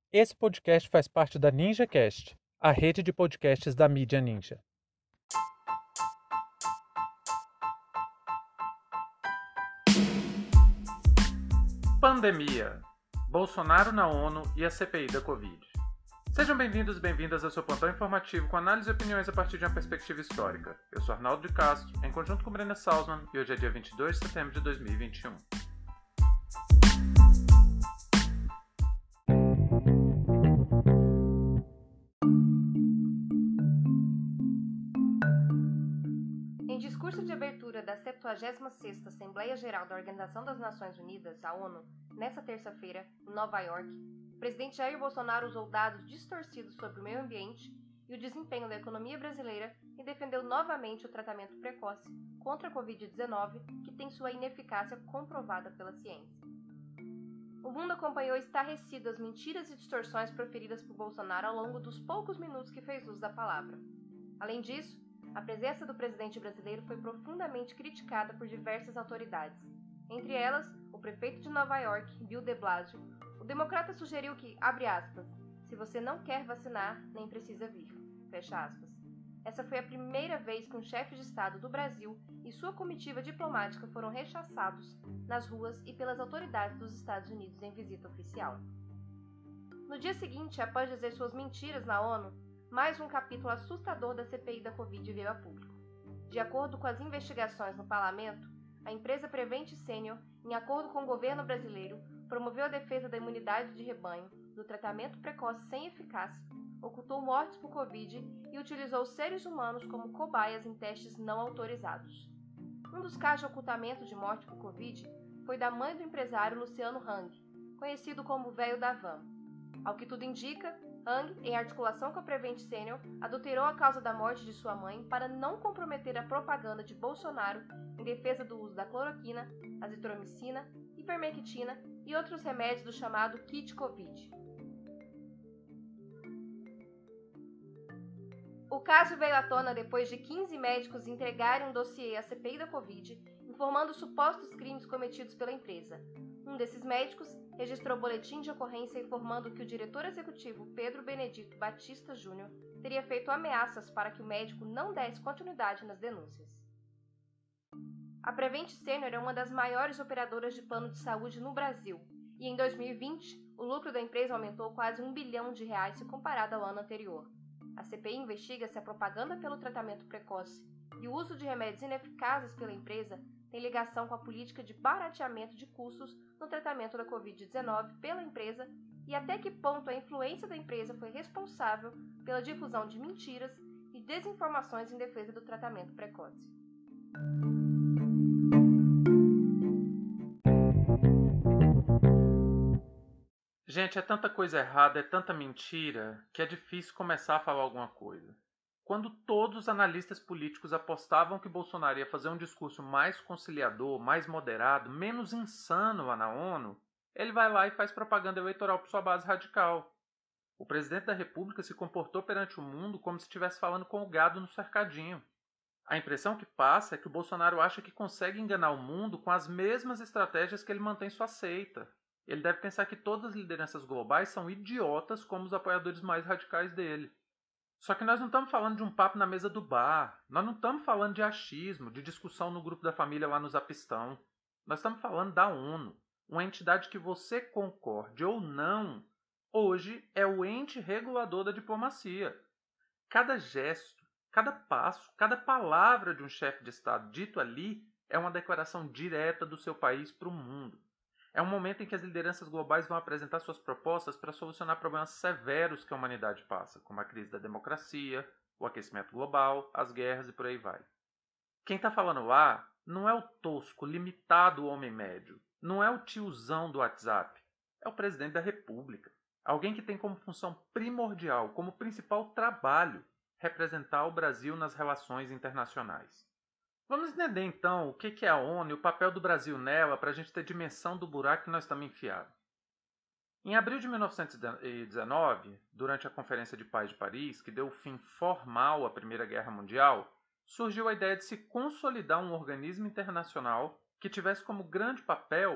Esse podcast faz parte da NinjaCast, a rede de podcasts da mídia Ninja. Pandemia. Bolsonaro na ONU e a CPI da Covid. Sejam bem-vindos e bem-vindas ao seu plantão informativo com análise e opiniões a partir de uma perspectiva histórica. Eu sou Arnaldo de Castro, em conjunto com Brenda Salzman, e hoje é dia 22 de setembro de 2021. Em discurso de abertura da 76ª Assembleia Geral da Organização das Nações Unidas, a ONU, nesta terça-feira, em Nova York, o presidente Jair Bolsonaro usou dados distorcidos sobre o meio ambiente e o desempenho da economia brasileira e defendeu novamente o tratamento precoce contra a Covid-19, que tem sua ineficácia comprovada pela ciência. O mundo acompanhou estarrecido as mentiras e distorções proferidas por Bolsonaro ao longo dos poucos minutos que fez uso da palavra. Além disso, a presença do presidente brasileiro foi profundamente criticada por diversas autoridades. Entre elas, o prefeito de Nova York, Bill de Blasio. O democrata sugeriu que, abre aspas, se você não quer vacinar, nem precisa vir, fecha aspas. Essa foi a primeira vez que um chefe de Estado do Brasil e sua comitiva diplomática foram rechaçados nas ruas e pelas autoridades dos Estados Unidos em visita oficial. No dia seguinte, após dizer suas mentiras na ONU, mais um capítulo assustador da CPI da Covid veio a público. De acordo com as investigações no parlamento, a empresa Prevent Senior, em acordo com o governo brasileiro, promoveu a defesa da imunidade de rebanho, do tratamento precoce sem eficácia, ocultou mortes por Covid e utilizou seres humanos como cobaias em testes não autorizados. Um dos casos de ocultamento de morte por Covid foi da mãe do empresário Luciano Hang, conhecido como o Velho da Van. Ao que tudo indica, Hang, em articulação com a Prevent Senior, adulterou a causa da morte de sua mãe para não comprometer a propaganda de Bolsonaro em defesa do uso da cloroquina, azitromicina, ivermectina e outros remédios do chamado kit Covid. O caso veio à tona depois de 15 médicos entregarem um dossiê à CPI da Covid, informando supostos crimes cometidos pela empresa. Um desses médicos registrou boletim de ocorrência informando que o diretor executivo Pedro Benedito Batista Júnior teria feito ameaças para que o médico não desse continuidade nas denúncias. A Prevent Senior é uma das maiores operadoras de plano de saúde no Brasil e, em 2020, o lucro da empresa aumentou quase R$1 bilhão se comparado ao ano anterior. A CPI investiga se a propaganda pelo tratamento precoce e o uso de remédios ineficazes pela empresa tem ligação com a política de barateamento de custos no tratamento da Covid-19 pela empresa e até que ponto a influência da empresa foi responsável pela difusão de mentiras e desinformações em defesa do tratamento precoce. Gente, é tanta coisa errada, é tanta mentira, que é difícil começar a falar alguma coisa. Quando todos os analistas políticos apostavam que Bolsonaro ia fazer um discurso mais conciliador, mais moderado, menos insano lá na ONU, ele vai lá e faz propaganda eleitoral para sua base radical. O presidente da República se comportou perante o mundo como se estivesse falando com o gado no cercadinho. A impressão que passa é que o Bolsonaro acha que consegue enganar o mundo com as mesmas estratégias que ele mantém sua seita. Ele deve pensar que todas as lideranças globais são idiotas como os apoiadores mais radicais dele. Só que nós não estamos falando de um papo na mesa do bar. Nós não estamos falando de achismo, de discussão no grupo da família lá no Zapistão. Nós estamos falando da ONU, uma entidade que você concorde ou não, hoje é o ente regulador da diplomacia. Cada gesto, cada passo, cada palavra de um chefe de Estado dito ali é uma declaração direta do seu país para o mundo. É um momento em que as lideranças globais vão apresentar suas propostas para solucionar problemas severos que a humanidade passa, como a crise da democracia, o aquecimento global, as guerras e por aí vai. Quem está falando lá não é o tosco, limitado homem médio, não é o tiozão do WhatsApp, é o presidente da República. Alguém que tem como função primordial, como principal trabalho, representar o Brasil nas relações internacionais. Vamos entender então o que é a ONU e o papel do Brasil nela para a gente ter dimensão do buraco que nós estamos enfiados. Em abril de 1919, durante a Conferência de Paz de Paris, que deu fim formal à Primeira Guerra Mundial, surgiu a ideia de se consolidar um organismo internacional que tivesse como grande papel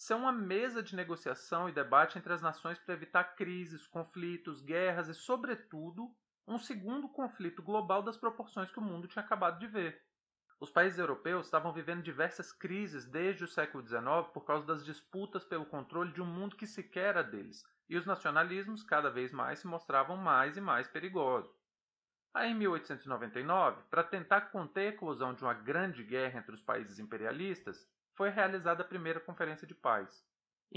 ser uma mesa de negociação e debate entre as nações para evitar crises, conflitos, guerras e, sobretudo, um segundo conflito global das proporções que o mundo tinha acabado de ver. Os países europeus estavam vivendo diversas crises desde o século XIX por causa das disputas pelo controle de um mundo que sequer era deles, e os nacionalismos cada vez mais se mostravam mais e mais perigosos. Aí, em 1899, para tentar conter a eclosão de uma grande guerra entre os países imperialistas, foi realizada a primeira Conferência de Paz. Em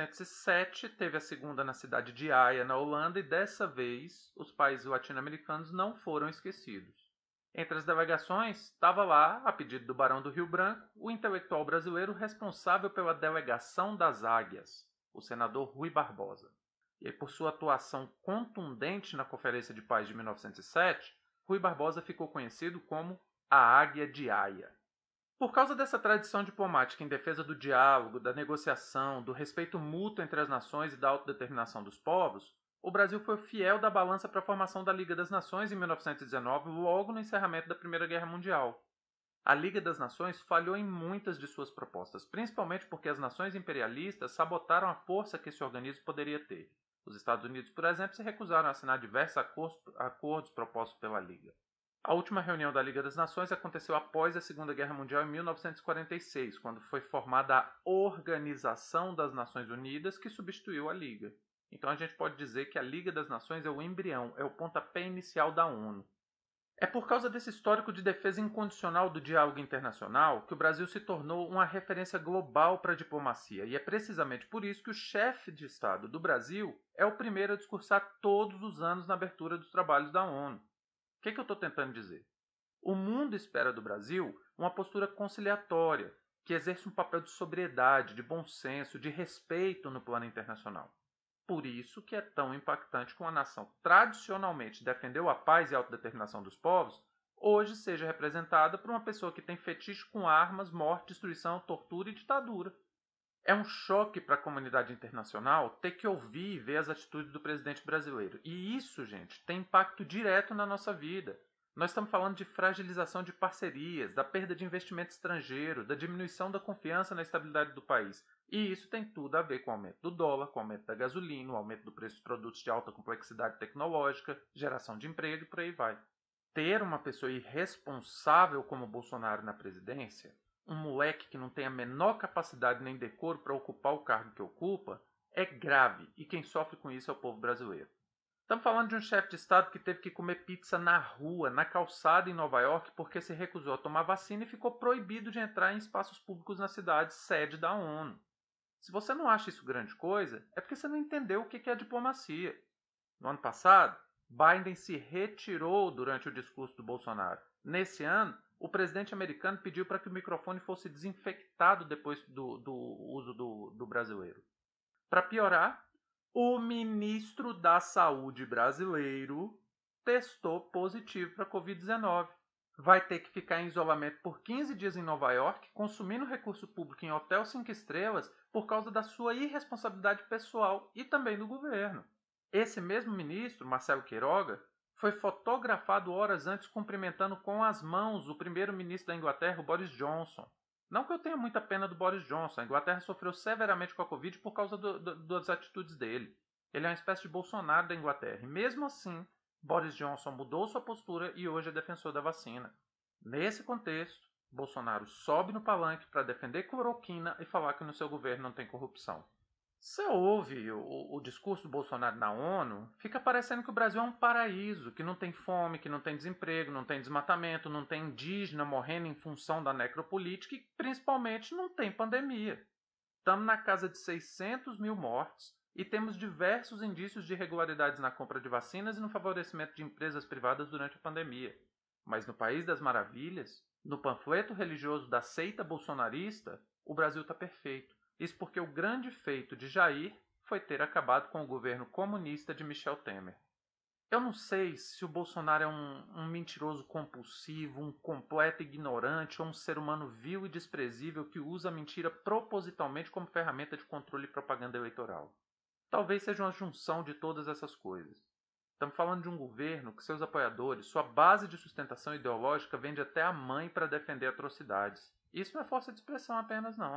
1907, teve a segunda na cidade de Haia, na Holanda, e dessa vez os países latino-americanos não foram esquecidos. Entre as delegações, estava lá, a pedido do Barão do Rio Branco, o intelectual brasileiro responsável pela Delegação das Águias, o senador Rui Barbosa. E por sua atuação contundente na Conferência de Paz de 1907, Rui Barbosa ficou conhecido como a Águia de Haia. Por causa dessa tradição diplomática em defesa do diálogo, da negociação, do respeito mútuo entre as nações e da autodeterminação dos povos, o Brasil foi fiel da balança para a formação da Liga das Nações em 1919, logo no encerramento da Primeira Guerra Mundial. A Liga das Nações falhou em muitas de suas propostas, principalmente porque as nações imperialistas sabotaram a força que esse organismo poderia ter. Os Estados Unidos, por exemplo, se recusaram a assinar diversos acordos propostos pela Liga. A última reunião da Liga das Nações aconteceu após a Segunda Guerra Mundial em 1946, quando foi formada a Organização das Nações Unidas, que substituiu a Liga. Então a gente pode dizer que a Liga das Nações é o embrião, é o pontapé inicial da ONU. É por causa desse histórico de defesa incondicional do diálogo internacional que o Brasil se tornou uma referência global para a diplomacia, e é precisamente por isso que o chefe de Estado do Brasil é o primeiro a discursar todos os anos na abertura dos trabalhos da ONU. O que eu estou tentando dizer? O mundo espera do Brasil uma postura conciliatória, que exerce um papel de sobriedade, de bom senso, de respeito no plano internacional. Por isso que é tão impactante que uma nação tradicionalmente defendeu a paz e a autodeterminação dos povos, hoje seja representada por uma pessoa que tem fetiche com armas, morte, destruição, tortura e ditadura. É um choque para a comunidade internacional ter que ouvir e ver as atitudes do presidente brasileiro. E isso, gente, tem impacto direto na nossa vida. Nós estamos falando de fragilização de parcerias, da perda de investimento estrangeiro, da diminuição da confiança na estabilidade do país. E isso tem tudo a ver com o aumento do dólar, com o aumento da gasolina, o aumento do preço de produtos de alta complexidade tecnológica, geração de emprego e por aí vai. Ter uma pessoa irresponsável como Bolsonaro na presidência, um moleque que não tem a menor capacidade nem decoro para ocupar o cargo que ocupa, é grave, e quem sofre com isso é o povo brasileiro. Estamos falando de um chefe de Estado que teve que comer pizza na rua, na calçada em Nova York, porque se recusou a tomar vacina e ficou proibido de entrar em espaços públicos na cidade, sede da ONU. Se você não acha isso grande coisa, é porque você não entendeu o que é diplomacia. No ano passado, Biden se retirou durante o discurso do Bolsonaro. Nesse ano, o presidente americano pediu para que o microfone fosse desinfectado depois do uso do brasileiro. Para piorar, o ministro da Saúde brasileiro testou positivo para a Covid-19. Vai ter que ficar em isolamento por 15 dias em Nova York, consumindo recurso público em hotel 5 estrelas por causa da sua irresponsabilidade pessoal e também do governo. Esse mesmo ministro, Marcelo Queiroga, foi fotografado horas antes cumprimentando com as mãos o primeiro-ministro da Inglaterra, o Boris Johnson. Não que eu tenha muita pena do Boris Johnson, a Inglaterra sofreu severamente com a Covid por causa das atitudes dele. Ele é uma espécie de Bolsonaro da Inglaterra. E mesmo assim, Boris Johnson mudou sua postura e hoje é defensor da vacina. Nesse contexto, Bolsonaro sobe no palanque para defender cloroquina e falar que no seu governo não tem corrupção. Você ouve o discurso do Bolsonaro na ONU, fica parecendo que o Brasil é um paraíso, que não tem fome, que não tem desemprego, não tem desmatamento, não tem indígena morrendo em função da necropolítica e, principalmente, não tem pandemia. Estamos na casa de 600 mil mortes e temos diversos indícios de irregularidades na compra de vacinas e no favorecimento de empresas privadas durante a pandemia. Mas no País das Maravilhas, no panfleto religioso da seita bolsonarista, o Brasil está perfeito. Isso porque o grande feito de Jair foi ter acabado com o governo comunista de Michel Temer. Eu não sei se o Bolsonaro é um mentiroso compulsivo, um completo ignorante ou um ser humano vil e desprezível que usa a mentira propositalmente como ferramenta de controle e propaganda eleitoral. Talvez seja uma junção de todas essas coisas. Estamos falando de um governo que seus apoiadores, sua base de sustentação ideológica vende até a mãe para defender atrocidades. Isso não é força de expressão apenas, não.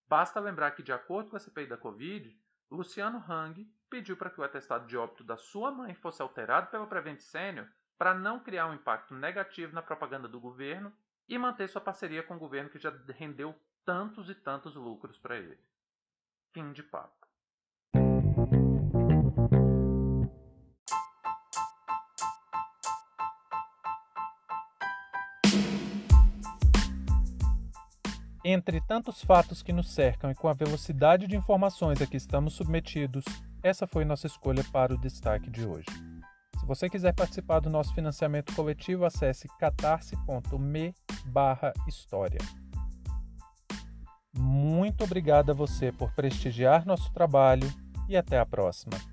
Basta lembrar que, de acordo com a CPI da Covid, Luciano Hang pediu para que o atestado de óbito da sua mãe fosse alterado pela Prevent Senior para não criar um impacto negativo na propaganda do governo e manter sua parceria com o governo que já rendeu tantos e tantos lucros para ele. Fim de papo. Entre tantos fatos que nos cercam e com a velocidade de informações a que estamos submetidos, essa foi nossa escolha para o destaque de hoje. Se você quiser participar do nosso financiamento coletivo, acesse catarse.me/história. Muito obrigado a você por prestigiar nosso trabalho e até a próxima.